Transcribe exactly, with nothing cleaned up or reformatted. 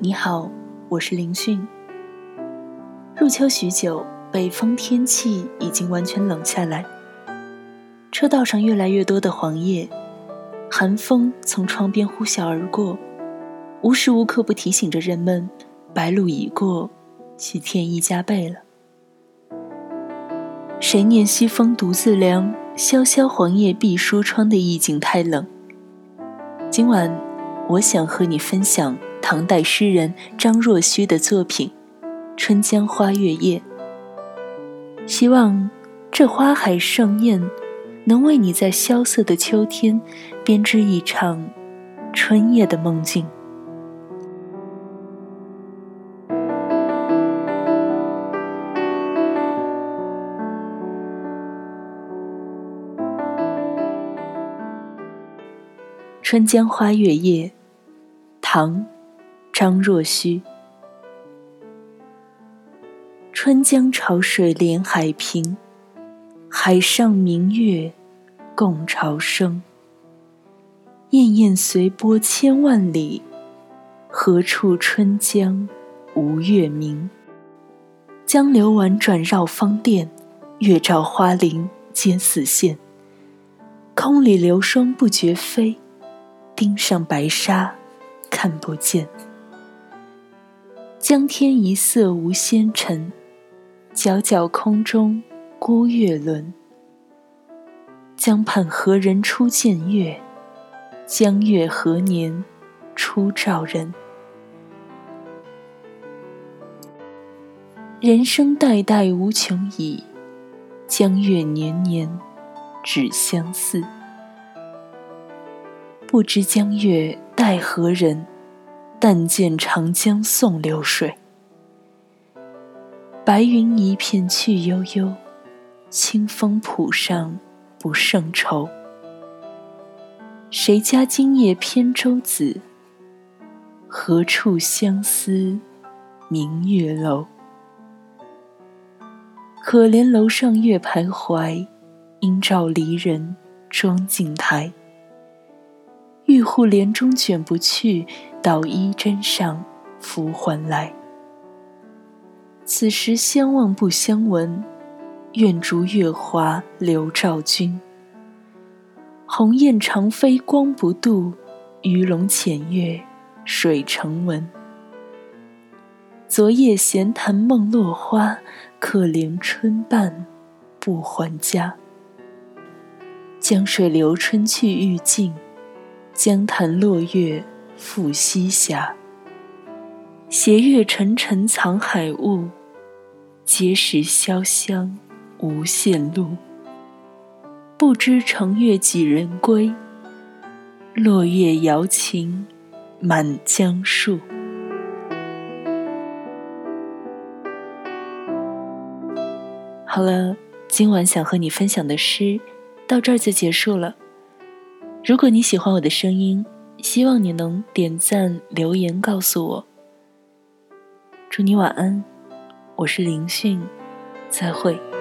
你好，我是林迅。入秋许久，北方天气已经完全冷下来，车道上越来越多的黄叶，寒风从窗边呼啸而过，无时无刻不提醒着人们，白露已过，许天意加倍了。谁念西风独自凉，萧萧黄叶闭疏窗的意境太冷。今晚我想和你分享唐代诗人张若虚的作品《春江花月夜》，希望这花海盛宴能为你在萧瑟的秋天编织一场春夜的梦境。《春江花月夜》唐·张若虚。春江潮水连海平，海上明月共潮生。滟滟随波千万里，何处春江无月明？江流婉转绕芳甸，月照花林皆似霰。空里流霜不觉飞，汀上白沙看不见。江天一色无纤尘，皎皎空中孤月轮。江畔何人初见月？江月何年初照人？人生代代无穷已，江月年年只相似。不知江月待何人？但见长江送流水。白云一片去悠悠，清风浦上不胜愁。谁家今夜扁舟子？何处相思明月楼？可怜楼上月徘徊，应照离人妆镜台。玉户帘中卷不去，捣衣砧上拂还来。此时相望不相闻，愿逐月华流照君。鸿雁长飞光不度，鱼龙潜跃水成文。昨夜闲谈梦落花，可怜春半不还家。江水流春去欲尽，江潭落月复西斜。斜月沉沉藏海雾，碣石潇湘无限路。不知乘月几人归？落月摇情满江树。好了，今晚想和你分享的诗到这儿就结束了。如果你喜欢我的声音，希望你能点赞留言告诉我。祝你晚安，我是林迅，再会。